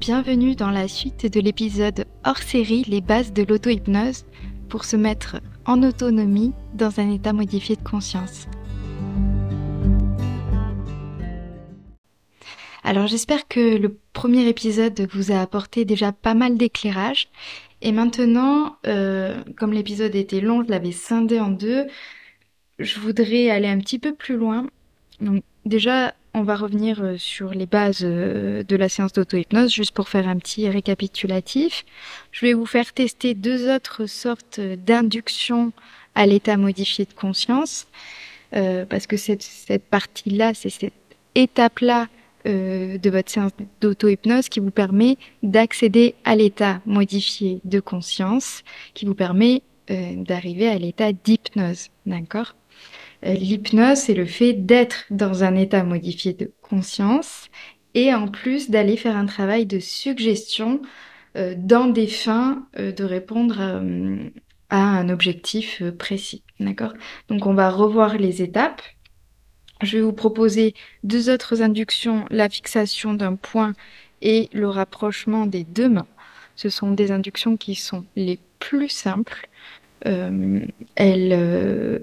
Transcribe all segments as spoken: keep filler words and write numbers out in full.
bienvenue dans la suite de l'épisode hors série Les bases de l'auto-hypnose pour se mettre en autonomie dans un état modifié de conscience. Alors j'espère que le premier épisode vous a apporté déjà pas mal d'éclairage et maintenant, euh, comme l'épisode était long, je l'avais scindé en deux, je voudrais aller un petit peu plus loin. Donc déjà, on va revenir sur les bases de la séance d'auto-hypnose, juste pour faire un petit récapitulatif. Je vais vous faire tester deux autres sortes d'induction à l'état modifié de conscience, euh, parce que cette, cette partie-là, c'est cette étape-là euh, de votre séance d'auto-hypnose qui vous permet d'accéder à l'état modifié de conscience, qui vous permet euh, d'arriver à l'état d'hypnose, d'accord ? L'hypnose, c'est le fait d'être dans un état modifié de conscience et en plus d'aller faire un travail de suggestion euh, dans des fins euh, de répondre euh, à un objectif euh, précis. D'accord ? Donc on va revoir les étapes. Je vais vous proposer deux autres inductions, la fixation d'un point et le rapprochement des deux mains. Ce sont des inductions qui sont les plus simples. Euh, elles... Euh,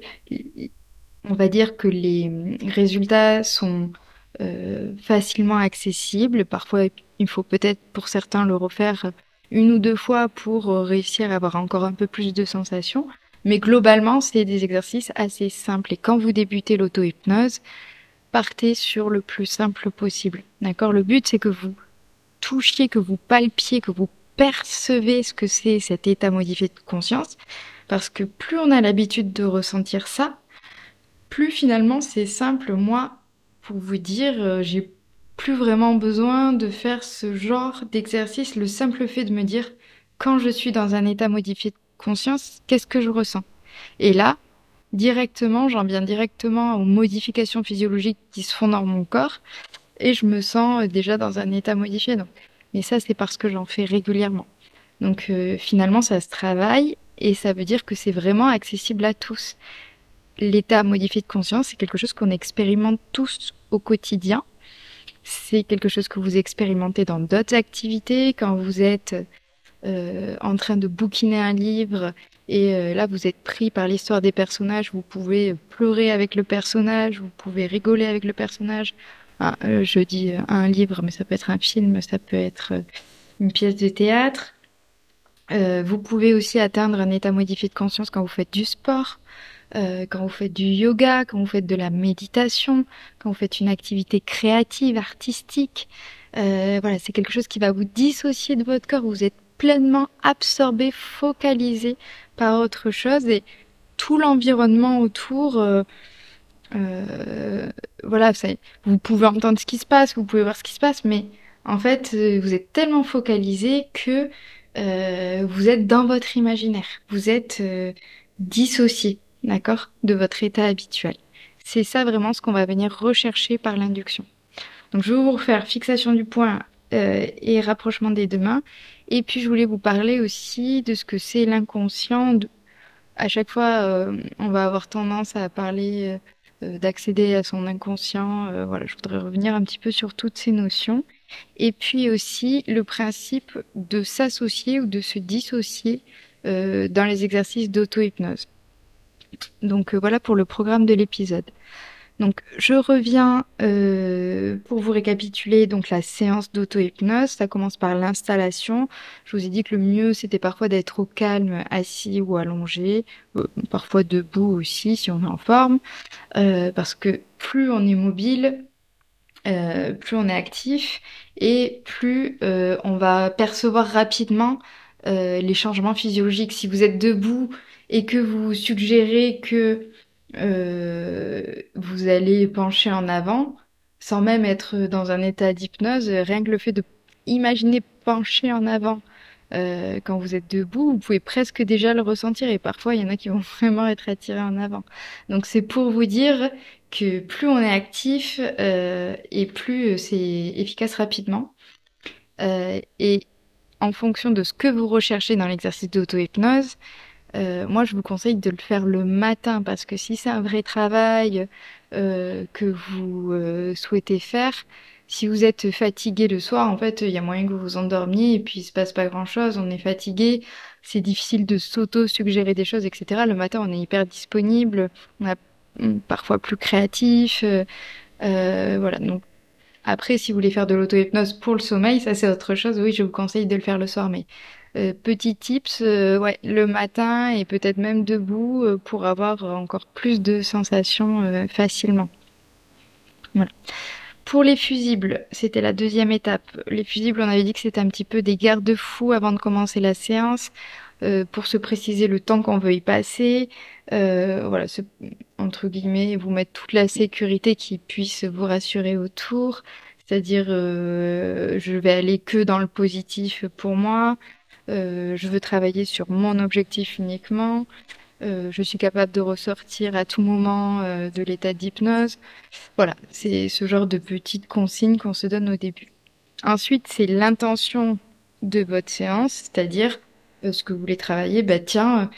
On va dire que les résultats sont euh, facilement accessibles. Parfois, il faut peut-être pour certains le refaire une ou deux fois pour réussir à avoir encore un peu plus de sensations. Mais globalement, c'est des exercices assez simples. Et quand vous débutez l'auto-hypnose, partez sur le plus simple possible. D'accord ? Le but, c'est que vous touchiez, que vous palpiez, que vous percevez ce que c'est cet état modifié de conscience. Parce que plus on a l'habitude de ressentir ça, plus finalement c'est simple. Moi, pour vous dire, euh, j'ai plus vraiment besoin de faire ce genre d'exercice. Le simple fait de me dire, quand je suis dans un état modifié de conscience, qu'est-ce que je ressens ? Et là, directement, j'en viens directement aux modifications physiologiques qui se font dans mon corps et je me sens déjà dans un état modifié. Donc. Mais ça, c'est parce que j'en fais régulièrement. Donc euh, finalement, ça se travaille et ça veut dire que c'est vraiment accessible à tous. L'état modifié de conscience, c'est quelque chose qu'on expérimente tous au quotidien. C'est quelque chose que vous expérimentez dans d'autres activités, quand vous êtes euh, en train de bouquiner un livre et euh, là vous êtes pris par l'histoire des personnages, vous pouvez pleurer avec le personnage, vous pouvez rigoler avec le personnage. Ah, euh, je dis euh, un livre, mais ça peut être un film, ça peut être euh, une pièce de théâtre. Euh, vous pouvez aussi atteindre un état modifié de conscience quand vous faites du sport. Euh, quand vous faites du yoga, quand vous faites de la méditation, quand vous faites une activité créative, artistique, euh, voilà, c'est quelque chose qui va vous dissocier de votre corps. Vous êtes pleinement absorbé, focalisé par autre chose et tout l'environnement autour, euh, euh, voilà, ça, vous pouvez entendre ce qui se passe, vous pouvez voir ce qui se passe, mais en fait, vous êtes tellement focalisé que euh, vous êtes dans votre imaginaire, vous êtes euh, dissocié. D'accord, de votre état habituel. C'est ça vraiment ce qu'on va venir rechercher par l'induction. Donc je vais vous refaire fixation du point euh, et rapprochement des deux mains. Et puis je voulais vous parler aussi de ce que c'est l'inconscient. De... À chaque fois, euh, on va avoir tendance à parler euh, d'accéder à son inconscient. Euh, voilà, je voudrais revenir un petit peu sur toutes ces notions. Et puis aussi le principe de s'associer ou de se dissocier euh, dans les exercices d'auto-hypnose. Donc euh, voilà pour le programme de l'épisode. Donc je reviens euh, pour vous récapituler donc la séance d'auto-hypnose. Ça commence par l'installation. Je vous ai dit que le mieux c'était parfois d'être au calme, assis ou allongé, euh, parfois debout aussi si on est en forme, euh, parce que plus on est mobile, euh, plus on est actif et plus euh, on va percevoir rapidement euh, les changements physiologiques. Si vous êtes debout et que vous suggérez que euh, vous allez pencher en avant, sans même être dans un état d'hypnose, rien que le fait de imaginer pencher en avant euh, quand vous êtes debout, vous pouvez presque déjà le ressentir et parfois il y en a qui vont vraiment être attirés en avant. Donc c'est pour vous dire que plus on est actif euh, et plus c'est efficace rapidement. Euh, et en fonction de ce que vous recherchez dans l'exercice d'auto-hypnose, euh, moi je vous conseille de le faire le matin parce que si c'est un vrai travail euh, que vous euh, souhaitez faire, Si vous êtes fatigué le soir, en fait, il y a moyen que vous vous endormiez et puis il se passe pas grand-chose. On est fatigué, c'est difficile de s'auto-suggérer des choses, et cetera. Le matin, on est hyper disponible, on a hum, parfois plus créatif. euh, euh, voilà. Donc après, si vous voulez faire de l'auto-hypnose pour le sommeil, ça c'est autre chose. Oui, je vous conseille de le faire le soir, mais euh, petit tips, euh, ouais, le matin et peut-être même debout euh, pour avoir encore plus de sensations euh, facilement. Voilà. Pour les fusibles, c'était la deuxième étape. Les fusibles, on avait dit que c'était un petit peu des garde-fous avant de commencer la séance, euh, pour se préciser le temps qu'on veut y passer. Euh, voilà, se- entre guillemets, vous mettre toute la sécurité qui puisse vous rassurer autour. C'est-à-dire, euh, je vais aller que dans le positif pour moi. Euh, je veux travailler sur mon objectif uniquement. Euh, je suis capable de ressortir à tout moment euh, de l'état d'hypnose. Voilà, c'est ce genre de petites consignes qu'on se donne au début. Ensuite, c'est l'intention de votre séance, c'est-à-dire euh, ce que vous voulez travailler. Bah tiens, euh,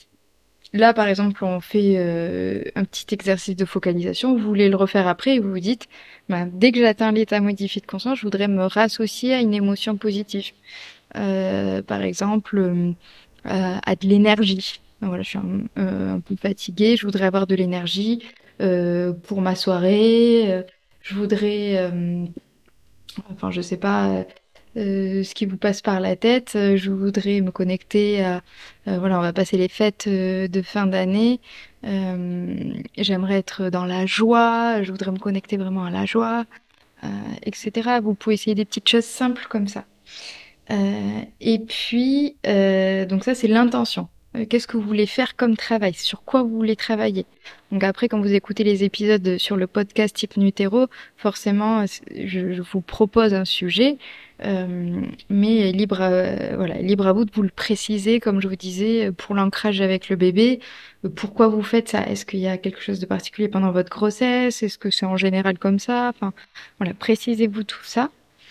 là par exemple, on fait euh, un petit exercice de focalisation. Vous voulez le refaire après et vous vous dites, bah, dès que j'atteins l'état modifié de conscience, je voudrais me rassocier à une émotion positive. Euh, par exemple, euh, euh, à de l'énergie. Voilà, je suis un, euh, un peu fatiguée, je voudrais avoir de l'énergie euh, pour ma soirée. euh, je voudrais, euh, enfin, je sais pas, euh, ce qui vous passe par la tête. euh, Je voudrais me connecter à, euh, voilà, on va passer les fêtes euh, de fin d'année. Euh, J'aimerais être dans la joie. Je voudrais me connecter vraiment à la joie, euh, et cetera. Vous pouvez essayer des petites choses simples comme ça. Euh, et puis, euh, donc ça, c'est l'intention. Euh, Qu'est-ce que vous voulez faire comme travail? Sur quoi vous voulez travailler? Donc après, quand vous écoutez les épisodes sur le podcast Hypnutero, forcément, je, je vous propose un sujet, euh, mais libre à, voilà, libre à vous de vous le préciser, comme je vous disais, pour l'ancrage avec le bébé. Euh, Pourquoi vous faites ça? Est-ce qu'il y a quelque chose de particulier pendant votre grossesse? Est-ce que c'est en général comme ça? Enfin, voilà, précisez-vous tout ça.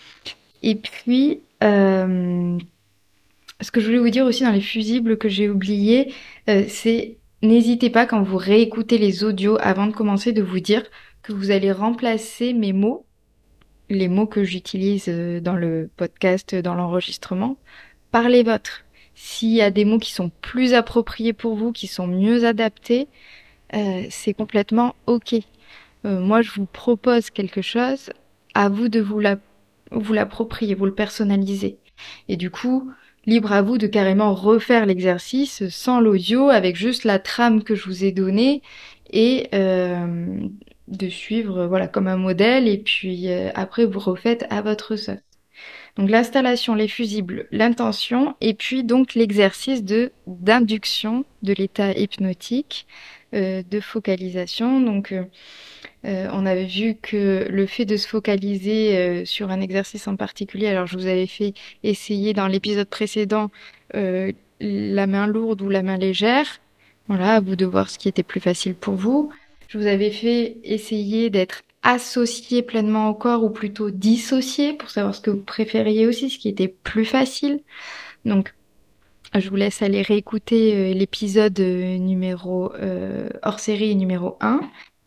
Et puis, euh, ce que je voulais vous dire aussi dans les fusibles que j'ai oublié, euh, c'est n'hésitez pas quand vous réécoutez les audios avant de commencer de vous dire que vous allez remplacer mes mots, les mots que j'utilise euh, dans le podcast, dans l'enregistrement, par les vôtres. S'il y a des mots qui sont plus appropriés pour vous, qui sont mieux adaptés, euh, c'est complètement OK. Euh, moi, je vous propose quelque chose, à vous de vous la, vous l'approprier, vous le personnaliser. Et du coup, libre à vous de carrément refaire l'exercice sans l'audio, avec juste la trame que je vous ai donnée et euh, de suivre, voilà, comme un modèle. Et puis euh, après, vous refaites à votre sauce. Donc l'installation, les fusibles, l'intention, et puis donc l'exercice de d'induction de l'état hypnotique, euh, de focalisation. Donc euh, euh, on avait vu que le fait de se focaliser euh, sur un exercice en particulier, alors je vous avais fait essayer dans l'épisode précédent euh, la main lourde ou la main légère. Voilà, à vous de voir ce qui était plus facile pour vous. Je vous avais fait essayer d'être associé pleinement au corps ou plutôt dissocié pour savoir ce que vous préfériez aussi, ce qui était plus facile. Donc, je vous laisse aller réécouter euh, l'épisode euh, numéro euh, hors série numéro un.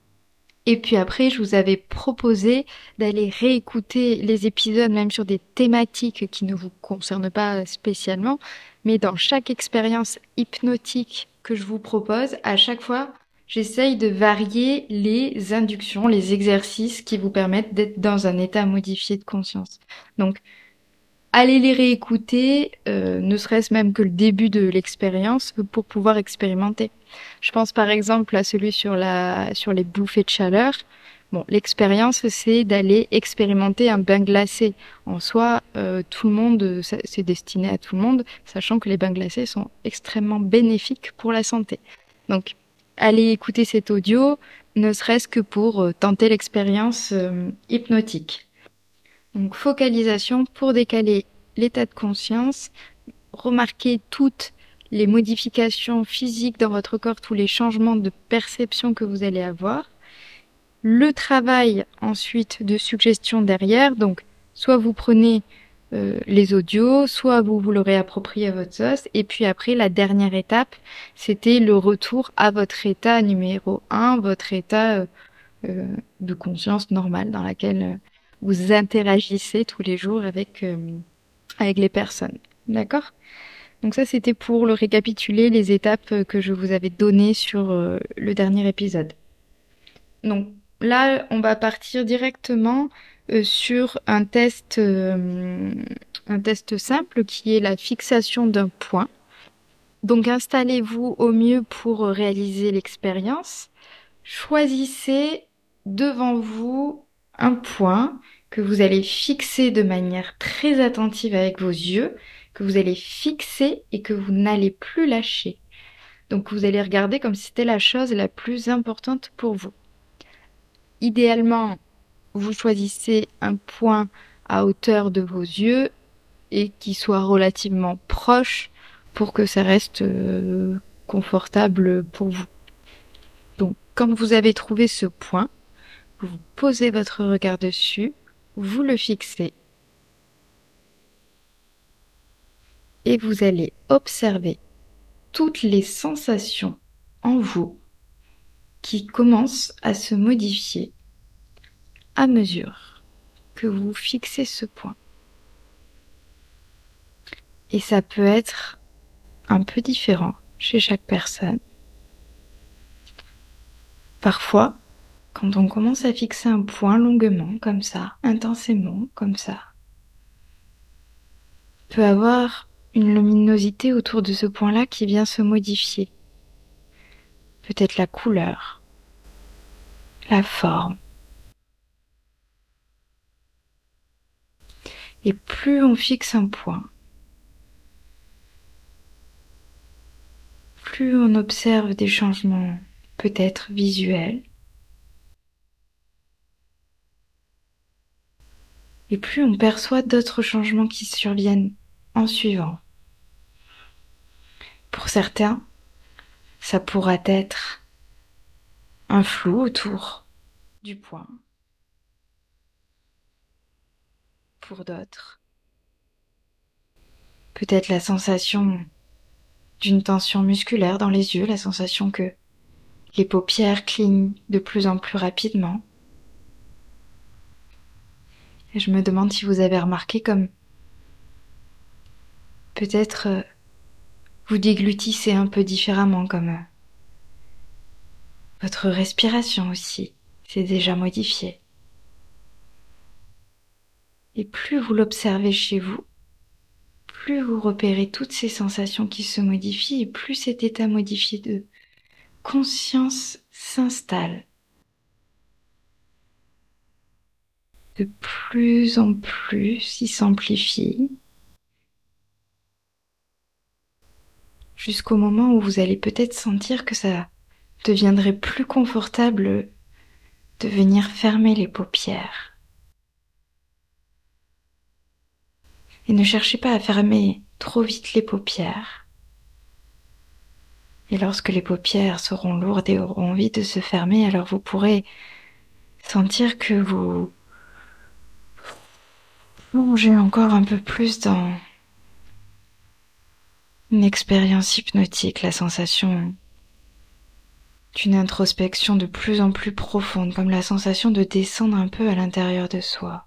Et puis après, je vous avais proposé d'aller réécouter les épisodes, même sur des thématiques qui ne vous concernent pas spécialement, mais dans chaque expérience hypnotique que je vous propose, à chaque fois, j'essaye de varier les inductions, les exercices qui vous permettent d'être dans un état modifié de conscience. Donc, allez les réécouter, euh, ne serait-ce même que le début de l'expérience, pour pouvoir expérimenter. Je pense par exemple à celui sur la, sur les bouffées de chaleur. Bon, l'expérience, c'est d'aller expérimenter un bain glacé. En soi, euh, tout le monde, ça- c'est destiné à tout le monde, sachant que les bains glacés sont extrêmement bénéfiques pour la santé. Donc, allez écouter cet audio, ne serait-ce que pour euh, tenter l'expérience euh, hypnotique. Donc, focalisation pour décaler l'état de conscience, remarquer toutes les modifications physiques dans votre corps, tous les changements de perception que vous allez avoir. Le travail ensuite de suggestion derrière, donc soit vous prenez euh, les audios, soit vous vous le réappropriez à votre sauce, et puis après la dernière étape, c'était le retour à votre état numéro un, votre état euh, euh, de conscience normale dans laquelle euh, vous interagissez tous les jours avec, euh, avec les personnes. D'accord? Donc ça, c'était pour le récapituler les étapes que je vous avais données sur euh, le dernier épisode. Donc là, on va partir directement euh, sur un test, euh, un test simple qui est la fixation d'un point. Donc installez-vous au mieux pour réaliser l'expérience. Choisissez devant vous un point que vous allez fixer de manière très attentive avec vos yeux, que vous allez fixer et que vous n'allez plus lâcher. Donc vous allez regarder comme si c'était la chose la plus importante pour vous. Idéalement, vous choisissez un point à hauteur de vos yeux et qui soit relativement proche pour que ça reste euh, confortable pour vous. Donc, quand vous avez trouvé ce point, vous posez votre regard dessus, vous le fixez et vous allez observer toutes les sensations en vous qui commencent à se modifier à mesure que vous fixez ce point. Et ça peut être un peu différent chez chaque personne. Parfois, quand on commence à fixer un point longuement, comme ça, intensément, comme ça, peut avoir une luminosité autour de ce point-là qui vient se modifier. Peut-être la couleur, la forme. Et plus on fixe un point, plus on observe des changements peut-être visuels, et plus on perçoit d'autres changements qui surviennent en suivant. Pour certains, ça pourra être un flou autour du point. Pour d'autres, peut-être la sensation d'une tension musculaire dans les yeux, la sensation que les paupières clignent de plus en plus rapidement. Et je me demande si vous avez remarqué comme peut-être euh, vous déglutissez un peu différemment, comme euh, votre respiration aussi s'est déjà modifiée. Et plus vous l'observez chez vous, plus vous repérez toutes ces sensations qui se modifient et plus cet état modifié de conscience s'installe. De plus en plus, il s'amplifie jusqu'au moment où vous allez peut-être sentir que ça deviendrait plus confortable de venir fermer les paupières. Et ne cherchez pas à fermer trop vite les paupières. Et lorsque les paupières seront lourdes et auront envie de se fermer, alors vous pourrez sentir que vous plongez encore un peu plus dans une expérience hypnotique, la sensation d'une introspection de plus en plus profonde, comme la sensation de descendre un peu à l'intérieur de soi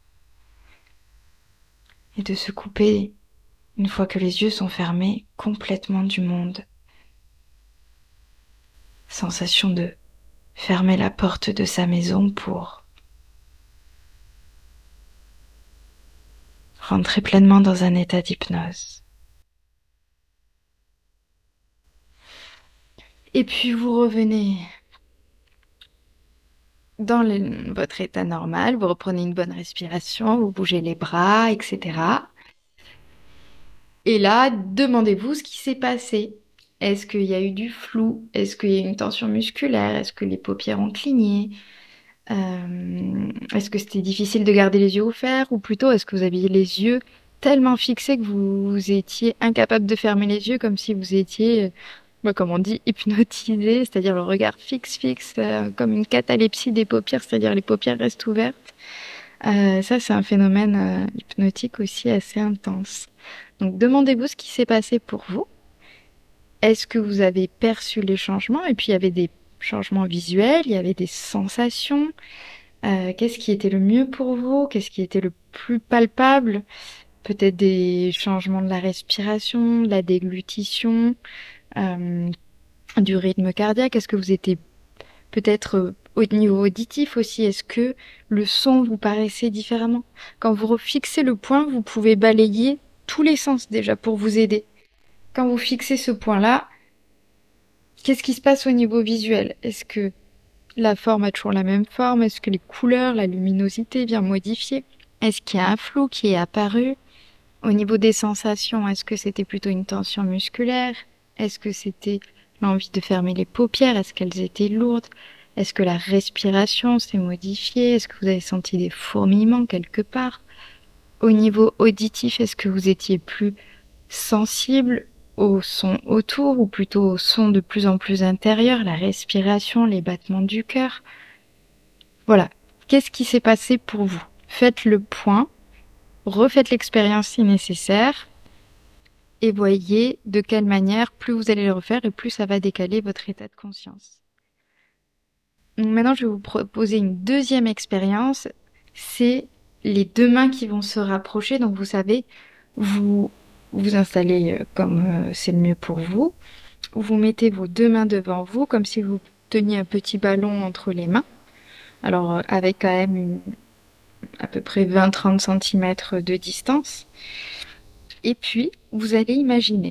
et de se couper, une fois que les yeux sont fermés, complètement du monde. Sensation de fermer la porte de sa maison pour rentrer pleinement dans un état d'hypnose. Et puis vous revenez dans le, votre état normal, vous reprenez une bonne respiration, vous bougez les bras, et cetera. Et là, demandez-vous ce qui s'est passé. Est-ce qu'il y a eu du flou? Est-ce qu'il y a eu une tension musculaire? Est-ce que les paupières ont cligné? Euh, est-ce que c'était difficile de garder les yeux ouverts? Ou plutôt, est-ce que vous aviez les yeux tellement fixés que vous étiez incapable de fermer les yeux comme si vous étiez, euh, comme on dit, hypnotisé, c'est-à-dire le regard fixe, fixe, euh, comme une catalepsie des paupières, c'est-à-dire les paupières restent ouvertes. Euh, ça, c'est un phénomène euh, hypnotique aussi assez intense. Donc, demandez-vous ce qui s'est passé pour vous. Est-ce que vous avez perçu les changements? Et puis, il y avait des changements visuels, il y avait des sensations. Euh, qu'est-ce qui était le mieux pour vous? Qu'est-ce qui était le plus palpable? Peut-être des changements de la respiration, de la déglutition, euh, du rythme cardiaque. Est-ce que vous étiez peut-être euh, au niveau auditif aussi? Est-ce que le son vous paraissait différemment? Quand vous refixez le point, vous pouvez balayer tous les sens déjà pour vous aider. Quand vous fixez ce point-là, qu'est-ce qui se passe au niveau visuel? Est-ce que la forme a toujours la même forme? Est-ce que les couleurs, la luminosité vient modifier? Est-ce qu'il y a un flou qui est apparu? Au niveau des sensations, est-ce que c'était plutôt une tension musculaire? Est-ce que c'était l'envie de fermer les paupières? Est-ce qu'elles étaient lourdes? Est-ce que la respiration s'est modifiée? Est-ce que vous avez senti des fourmillements quelque part? Au niveau auditif, est-ce que vous étiez plus sensible au son autour ou plutôt au son de plus en plus intérieur, la respiration, les battements du cœur? Voilà. Qu'est-ce qui s'est passé pour vous? Faites le point, refaites l'expérience si nécessaire et voyez de quelle manière plus vous allez le refaire et plus ça va décaler votre état de conscience. Donc maintenant, je vais vous proposer une deuxième expérience. C'est les deux mains qui vont se rapprocher. Donc vous savez, vous vous installez comme euh, c'est le mieux pour vous. Vous mettez vos deux mains devant vous comme si vous teniez un petit ballon entre les mains. Alors euh, avec quand même une, à peu près vingt à trente centimètres de distance. Et puis, vous allez imaginer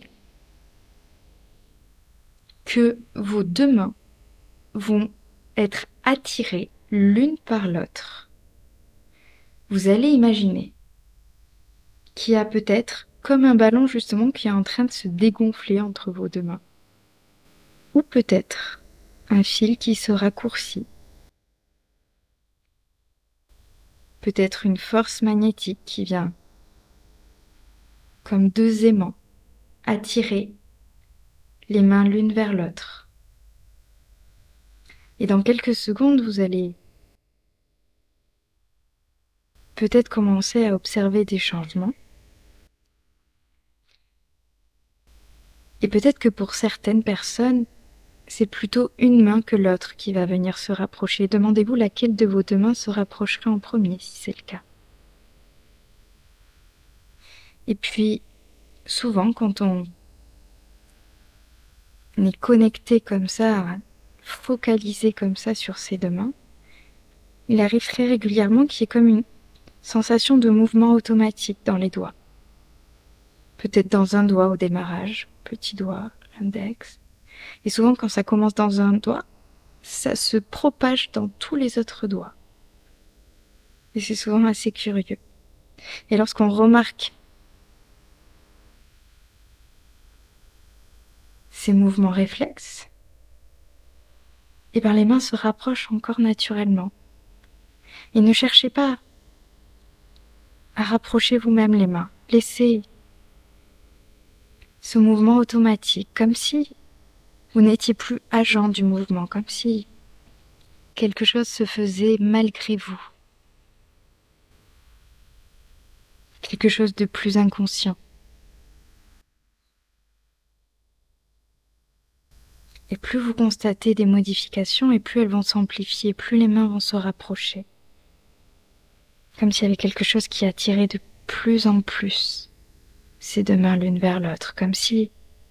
que vos deux mains vont être attirées l'une par l'autre. Vous allez imaginer qu'il y a peut-être comme un ballon justement qui est en train de se dégonfler entre vos deux mains. Ou peut-être un fil qui se raccourcit. Peut-être une force magnétique qui vient comme deux aimants attirer les mains l'une vers l'autre. Et dans quelques secondes, vous allez peut-être commencer à observer des changements. Et peut-être que pour certaines personnes, c'est plutôt une main que l'autre qui va venir se rapprocher. Demandez-vous laquelle de vos deux mains se rapprocherait en premier, si c'est le cas. Et puis, souvent, quand on est connecté comme ça, focalisé comme ça sur ses deux mains, il arrive très régulièrement qu'il y ait comme une sensation de mouvement automatique dans les doigts. Peut-être dans un doigt au démarrage, petit doigt, l'index. Et souvent, quand ça commence dans un doigt, ça se propage dans tous les autres doigts. Et c'est souvent assez curieux. Et lorsqu'on remarque ces mouvements réflexes, et bien les mains se rapprochent encore naturellement. Et ne cherchez pas à rapprocher vous-même les mains. Laissez ce mouvement automatique, comme si vous n'étiez plus agent du mouvement, comme si quelque chose se faisait malgré vous. Quelque chose de plus inconscient. Et plus vous constatez des modifications, et plus elles vont s'amplifier, plus les mains vont se rapprocher. Comme s'il y avait quelque chose qui attirait de plus en plus ces deux mains l'une vers l'autre, comme si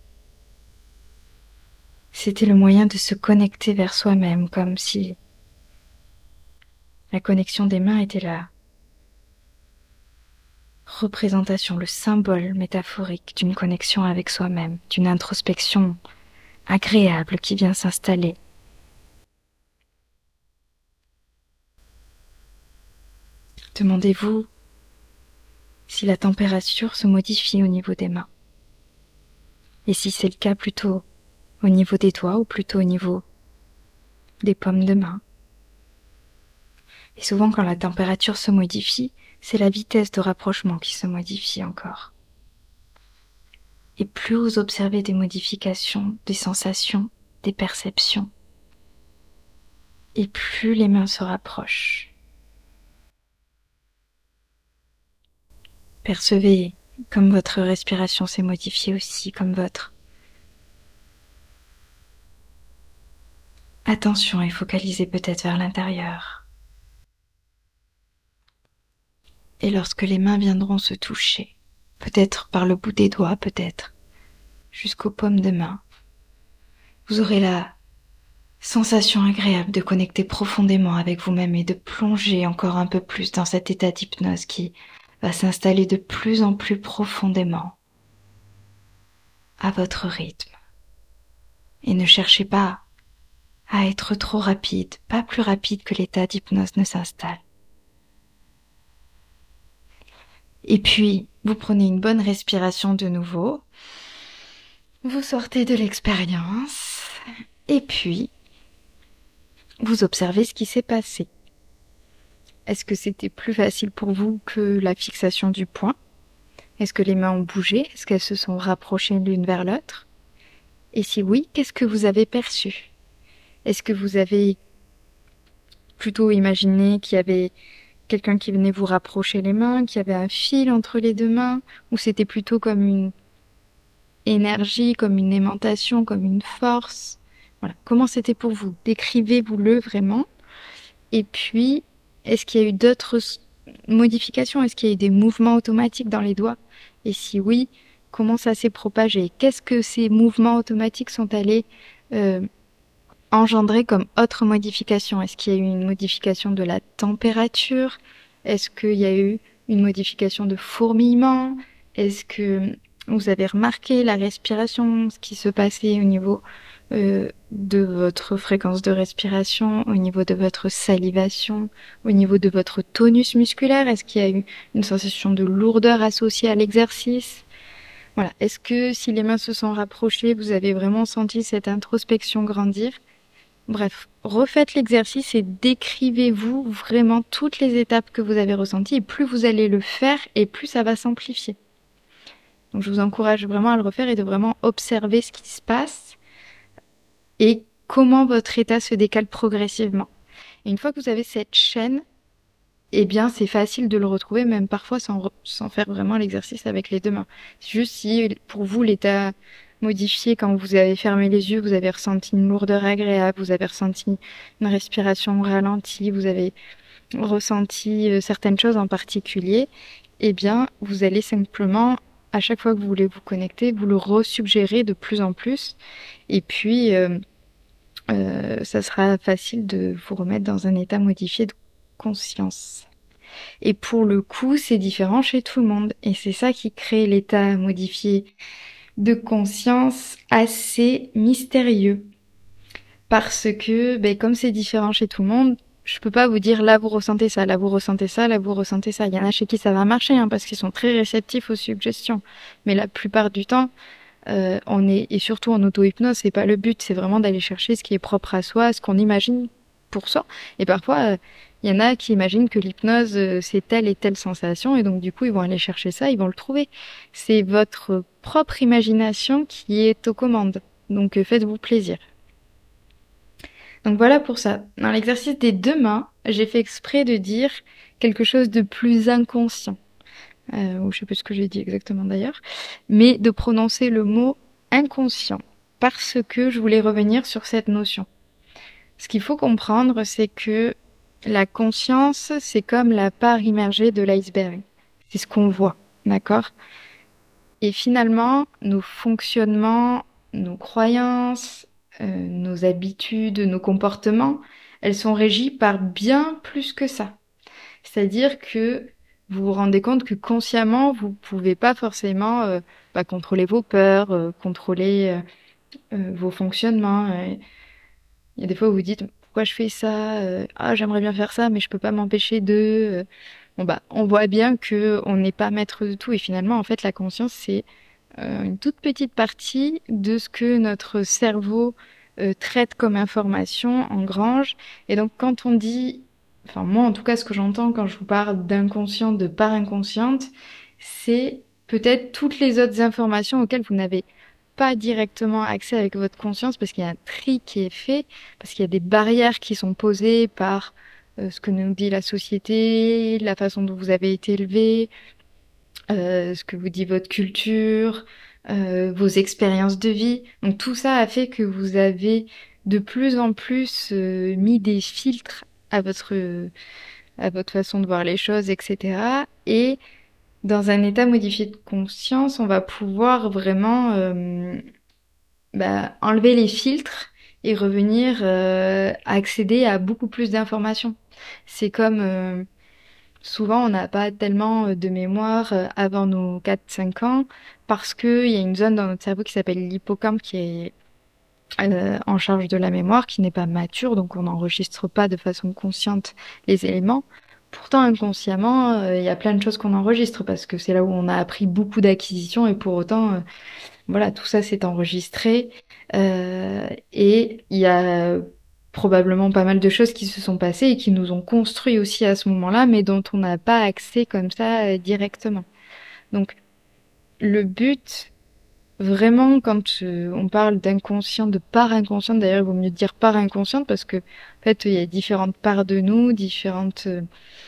c'était le moyen de se connecter vers soi-même, comme si la connexion des mains était la représentation, le symbole métaphorique d'une connexion avec soi-même, d'une introspection agréable qui vient s'installer. Demandez-vous si la température se modifie au niveau des mains. Et si c'est le cas, plutôt au niveau des doigts ou plutôt au niveau des paumes de main. Et souvent, quand la température se modifie, c'est la vitesse de rapprochement qui se modifie encore. Et plus vous observez des modifications, des sensations, des perceptions, et plus les mains se rapprochent. Percevez comme votre respiration s'est modifiée aussi, comme votre attention est focalisée peut-être vers l'intérieur. Et lorsque les mains viendront se toucher, peut-être par le bout des doigts, peut-être, jusqu'aux paumes de main, vous aurez la sensation agréable de connecter profondément avec vous-même et de plonger encore un peu plus dans cet état d'hypnose qui va s'installer de plus en plus profondément à votre rythme. Et ne cherchez pas à être trop rapide, pas plus rapide que l'état d'hypnose ne s'installe. Et puis, vous prenez une bonne respiration de nouveau, vous sortez de l'expérience, et puis, vous observez ce qui s'est passé. Est-ce que c'était plus facile pour vous que la fixation du point? Est-ce que les mains ont bougé? Est-ce qu'elles se sont rapprochées l'une vers l'autre? Et si oui, qu'est-ce que vous avez perçu? Est-ce que vous avez plutôt imaginé qu'il y avait quelqu'un qui venait vous rapprocher les mains, qu'il y avait un fil entre les deux mains, ou c'était plutôt comme une énergie, comme une aimantation, comme une force? Voilà. Comment c'était pour vous? Décrivez-vous-le vraiment. Et puis, est-ce qu'il y a eu d'autres modifications? Est-ce qu'il y a eu des mouvements automatiques dans les doigts? Et si oui, comment ça s'est propagé? Qu'est-ce que ces mouvements automatiques sont allés euh, engendrer comme autre modification? Est-ce qu'il y a eu une modification de la température? Est-ce qu'il y a eu une modification de fourmillement? Est-ce que vous avez remarqué la respiration, ce qui se passait au niveau euh, de votre fréquence de respiration, au niveau de votre salivation, au niveau de votre tonus musculaire? Est-ce qu'il y a eu une sensation de lourdeur associée à l'exercice? Voilà. Est-ce que si les mains se sont rapprochées, vous avez vraiment senti cette introspection grandir? Bref, refaites l'exercice et décrivez-vous vraiment toutes les étapes que vous avez ressenties. Et plus vous allez le faire, et plus ça va s'amplifier. Donc je vous encourage vraiment à le refaire et de vraiment observer ce qui se passe et comment votre état se décale progressivement. Et une fois que vous avez cette chaîne, eh bien c'est facile de le retrouver, même parfois sans, sans faire vraiment l'exercice avec les deux mains. C'est juste si pour vous l'état modifié, quand vous avez fermé les yeux, vous avez ressenti une lourdeur agréable, vous avez ressenti une respiration ralentie, vous avez ressenti certaines choses en particulier, eh bien vous allez simplement, à chaque fois que vous voulez vous connecter, vous le resuggérer de plus en plus, et puis euh, euh, ça sera facile de vous remettre dans un état modifié de conscience. Et pour le coup, c'est différent chez tout le monde, et c'est ça qui crée l'état modifié de conscience assez mystérieux. Parce que, ben, comme c'est différent chez tout le monde, je peux pas vous dire là vous ressentez ça, là vous ressentez ça, là vous ressentez ça. Il y en a chez qui ça va marcher, hein, parce qu'ils sont très réceptifs aux suggestions. Mais la plupart du temps, euh, on est, et surtout en auto-hypnose, c'est pas le but, c'est vraiment d'aller chercher ce qui est propre à soi, ce qu'on imagine pour soi. Et parfois, euh, il y en a qui imaginent que l'hypnose, euh, c'est telle et telle sensation, et donc du coup, ils vont aller chercher ça, ils vont le trouver. C'est votre propre imagination qui est aux commandes. Donc euh, faites-vous plaisir. Donc voilà pour ça. Dans l'exercice des deux mains, j'ai fait exprès de dire quelque chose de plus inconscient. Euh, ou je sais plus ce que j'ai dit exactement d'ailleurs. Mais de prononcer le mot inconscient. Parce que je voulais revenir sur cette notion. Ce qu'il faut comprendre, c'est que la conscience, c'est comme la part immergée de l'iceberg. C'est ce qu'on voit, d'accord? Et finalement, nos fonctionnements, nos croyances, euh, nos habitudes, nos comportements, elles sont régies par bien plus que ça. C'est-à-dire que vous vous rendez compte que consciemment, vous pouvez pas forcément euh, bah, contrôler vos peurs, euh, contrôler euh, euh, vos fonctionnements. euh. Il y a des fois où vous dites pourquoi je fais ça, euh, ah j'aimerais bien faire ça, mais je peux pas m'empêcher de. euh. Bon bah, on voit bien que on n'est pas maître de tout et finalement en fait la conscience c'est euh, une toute petite partie de ce que notre cerveau euh, traite comme information, engrange. Et donc quand on dit, enfin moi en tout cas ce que j'entends quand je vous parle d'inconscient, de part inconsciente, c'est peut-être toutes les autres informations auxquelles vous n'avez pas directement accès avec votre conscience parce qu'il y a un tri qui est fait, parce qu'il y a des barrières qui sont posées par euh, ce que nous dit la société, la façon dont vous avez été élevé, euh, ce que vous dit votre culture, euh, vos expériences de vie. Donc tout ça a fait que vous avez de plus en plus euh, mis des filtres à votre à votre façon de voir les choses, et cetera. Et dans un état modifié de conscience, on va pouvoir vraiment euh, bah, enlever les filtres et revenir euh, accéder à beaucoup plus d'informations. C'est comme euh, souvent on n'a pas tellement euh, de mémoire euh, avant nos quatre cinq ans parce qu'il y a une zone dans notre cerveau qui s'appelle l'hippocampe qui est euh, en charge de la mémoire, qui n'est pas mature, donc on n'enregistre pas de façon consciente les éléments. Pourtant, inconsciemment, euh, il y a plein de choses qu'on enregistre parce que c'est là où on a appris beaucoup d'acquisitions et pour autant, euh, voilà, tout ça s'est enregistré. Euh, et il y a probablement pas mal de choses qui se sont passées et qui nous ont construit aussi à ce moment-là, mais dont on n'a pas accès comme ça euh, directement. Donc, le but, vraiment, quand euh, on parle d'inconscient, de part inconsciente, d'ailleurs, il vaut mieux dire part inconsciente parce que, en fait, il y a différentes parts de nous, différentes euh,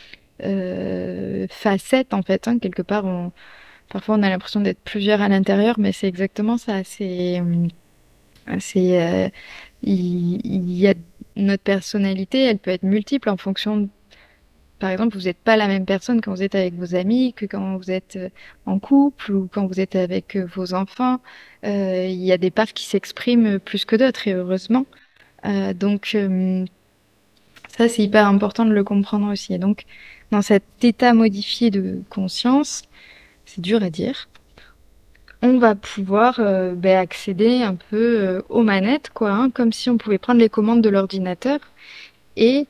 euh, facettes, en fait. Hein, quelque part, on, parfois, on a l'impression d'être plusieurs à l'intérieur, mais c'est exactement ça. C'est, euh, c'est, euh, il, il y a notre personnalité, elle peut être multiple en fonction. Par exemple, vous n'êtes pas la même personne quand vous êtes avec vos amis que quand vous êtes euh, en couple ou quand vous êtes avec euh, vos enfants. Euh, Il y a des parts qui s'expriment plus que d'autres et heureusement. Euh, donc euh, ça, c'est hyper important de le comprendre aussi. Et donc, dans cet état modifié de conscience, c'est dur à dire, on va pouvoir euh, ben, accéder un peu euh, aux manettes, quoi, hein, comme si on pouvait prendre les commandes de l'ordinateur et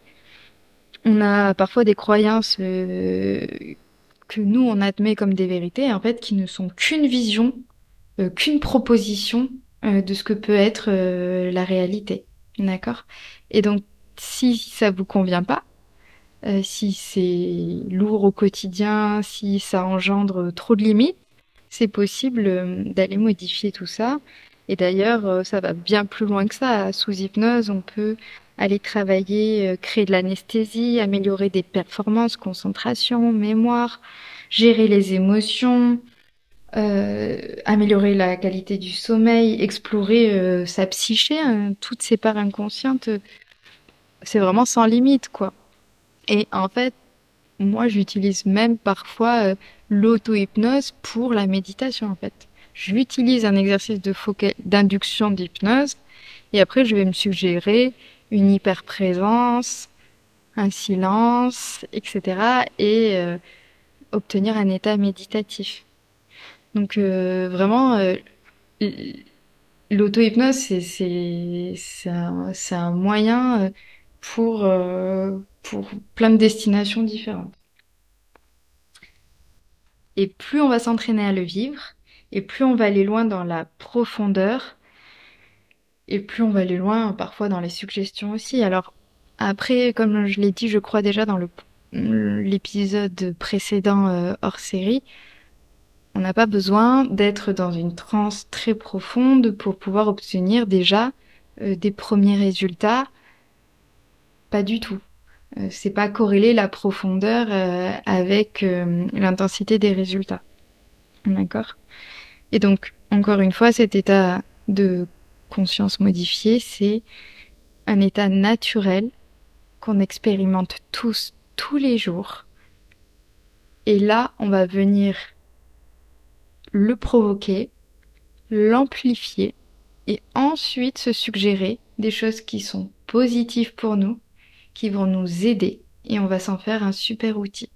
on a parfois des croyances euh, que nous, on admet comme des vérités, en fait, qui ne sont qu'une vision, euh, qu'une proposition euh, de ce que peut être euh, la réalité. D'accord? Et donc, si ça vous convient pas, euh, si c'est lourd au quotidien, si ça engendre trop de limites, c'est possible euh, d'aller modifier tout ça. Et d'ailleurs, euh, ça va bien plus loin que ça. Sous hypnose, on peut aller travailler, euh, créer de l'anesthésie, améliorer des performances, concentration, mémoire, gérer les émotions, euh, améliorer la qualité du sommeil, explorer euh, sa psyché, hein, toutes ces parts inconscientes. euh, C'est vraiment sans limite, quoi. Et en fait, moi, j'utilise même parfois euh, l'auto-hypnose pour la méditation, en fait. J'utilise un exercice de foca- d'induction d'hypnose et après, je vais me suggérer une hyperprésence, un silence, et cetera et euh, obtenir un état méditatif. Donc, euh, vraiment, euh, l- l'auto-hypnose, c'est, c'est, c'est un, c'est un moyen euh, pour, euh, pour plein de destinations différentes. Et plus on va s'entraîner à le vivre, et plus on va aller loin dans la profondeur, et plus on va aller loin parfois dans les suggestions aussi. Alors après, comme je l'ai dit, je crois déjà dans le l'épisode précédent euh, hors série, on n'a pas besoin d'être dans une transe très profonde pour pouvoir obtenir déjà euh, des premiers résultats. Pas du tout. Euh, c'est pas corréler la profondeur euh, avec euh, l'intensité des résultats. D'accord? Et donc, encore une fois, cet état de conscience modifié, c'est un état naturel qu'on expérimente tous, tous les jours. Et là, on va venir le provoquer, l'amplifier, et ensuite se suggérer des choses qui sont positives pour nous, qui vont nous aider, et on va s'en faire un super outil.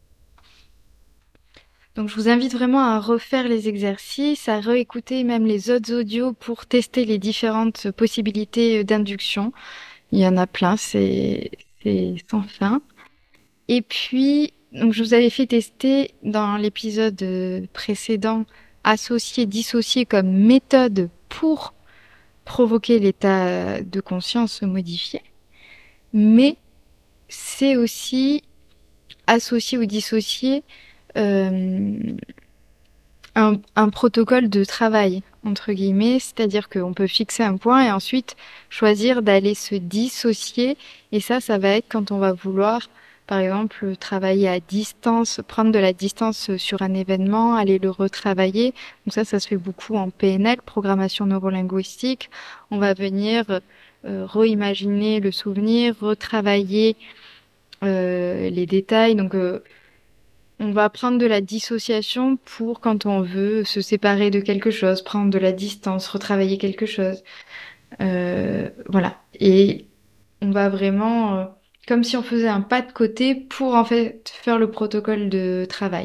Donc je vous invite vraiment à refaire les exercices, à réécouter même les autres audios pour tester les différentes possibilités d'induction. Il y en a plein, c'est c'est sans fin. Et puis, donc je vous avais fait tester dans l'épisode précédent associer, dissocier comme méthode pour provoquer l'état de conscience modifié. Mais c'est aussi associer ou dissocier euh, un, un protocole de travail, entre guillemets, c'est-à-dire qu'on peut fixer un point et ensuite choisir d'aller se dissocier. Et ça, ça va être quand on va vouloir, par exemple, travailler à distance, prendre de la distance sur un événement, aller le retravailler. Donc ça, ça se fait beaucoup en P N L, programmation neurolinguistique. On va venir euh, réimaginer le souvenir, retravailler euh, les détails. Donc, euh, on va prendre de la dissociation pour quand on veut se séparer de quelque chose, prendre de la distance, retravailler quelque chose. Euh, voilà. Et on va vraiment, euh, comme si on faisait un pas de côté pour en fait faire le protocole de travail.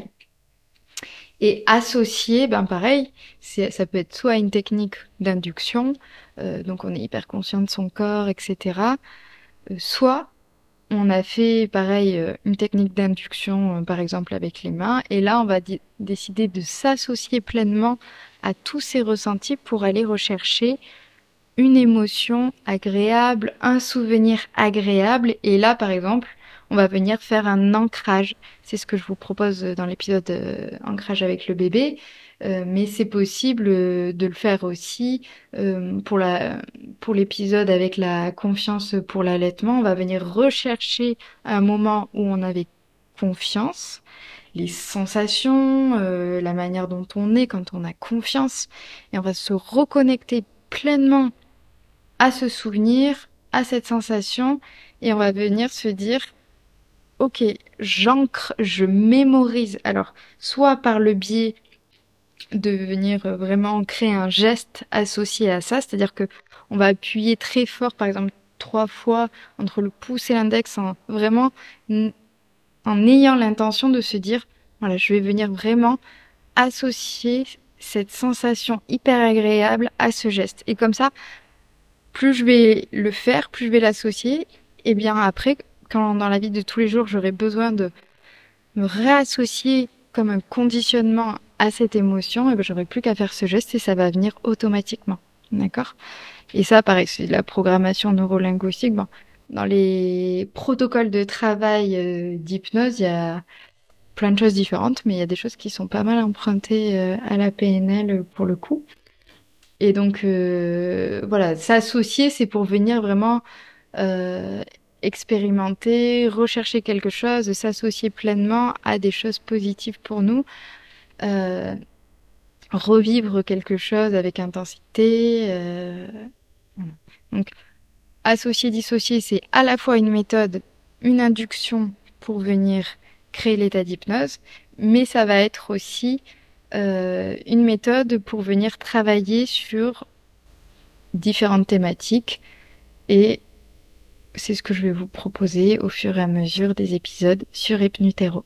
Et associé, ben pareil, c'est, ça peut être soit une technique d'induction, euh, donc on est hyper conscient de son corps, et cetera. Euh, soit on a fait pareil euh, une technique d'induction, euh, par exemple avec les mains, et là on va di- décider de s'associer pleinement à tous ces ressentis pour aller rechercher une émotion agréable, un souvenir agréable. Et là, par exemple, on va venir faire un ancrage. C'est ce que je vous propose dans l'épisode euh, ancrage avec le bébé. Euh, mais c'est possible euh, de le faire aussi euh, pour la, pour l'épisode avec la confiance pour l'allaitement. On va venir rechercher un moment où on avait confiance, les sensations, euh, la manière dont on est quand on a confiance. Et on va se reconnecter pleinement à ce souvenir, à cette sensation, et on va venir se dire, ok, j'ancre, je mémorise. Alors, soit par le biais de venir vraiment créer un geste associé à ça, c'est-à-dire que on va appuyer très fort, par exemple, trois fois entre le pouce et l'index, en vraiment en ayant l'intention de se dire, voilà, je vais venir vraiment associer cette sensation hyper agréable à ce geste. Et comme ça, plus je vais le faire, plus je vais l'associer. Et bien après, quand dans la vie de tous les jours, j'aurai besoin de me réassocier comme un conditionnement à cette émotion, et ben j'aurai plus qu'à faire ce geste et ça va venir automatiquement. D'accord? Et ça, pareil, c'est de la programmation neurolinguistique. Bon, dans les protocoles de travail euh, d'hypnose, il y a plein de choses différentes, mais il y a des choses qui sont pas mal empruntées euh, à la P N L pour le coup. Et donc, euh, voilà, s'associer, c'est pour venir vraiment euh, expérimenter, rechercher quelque chose, s'associer pleinement à des choses positives pour nous, euh, revivre quelque chose avec intensité. Euh, voilà. Donc, associer, dissocier, c'est à la fois une méthode, une induction pour venir créer l'état d'hypnose, mais ça va être aussi euh, une méthode pour venir travailler sur différentes thématiques et c'est ce que je vais vous proposer au fur et à mesure des épisodes sur Hypnutero.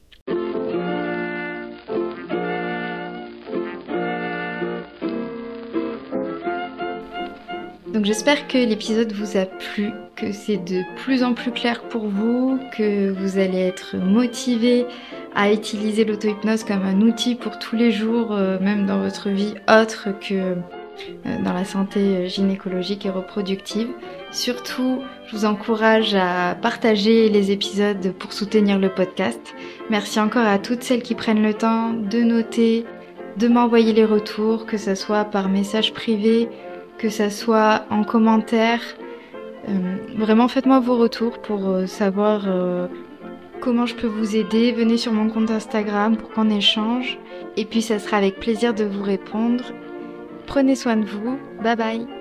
Donc j'espère que l'épisode vous a plu, que c'est de plus en plus clair pour vous, que vous allez être motivé à utiliser l'auto-hypnose comme un outil pour tous les jours, euh, même dans votre vie autre que euh, dans la santé gynécologique et reproductive. Surtout, je vous encourage à partager les épisodes pour soutenir le podcast. Merci encore à toutes celles qui prennent le temps de noter, de m'envoyer les retours, que ce soit par message privé, que ça soit en commentaire. Euh, vraiment, faites-moi vos retours pour euh, savoir euh, comment je peux vous aider. Venez sur mon compte Instagram pour qu'on échange. Et puis, ça sera avec plaisir de vous répondre. Prenez soin de vous. Bye bye.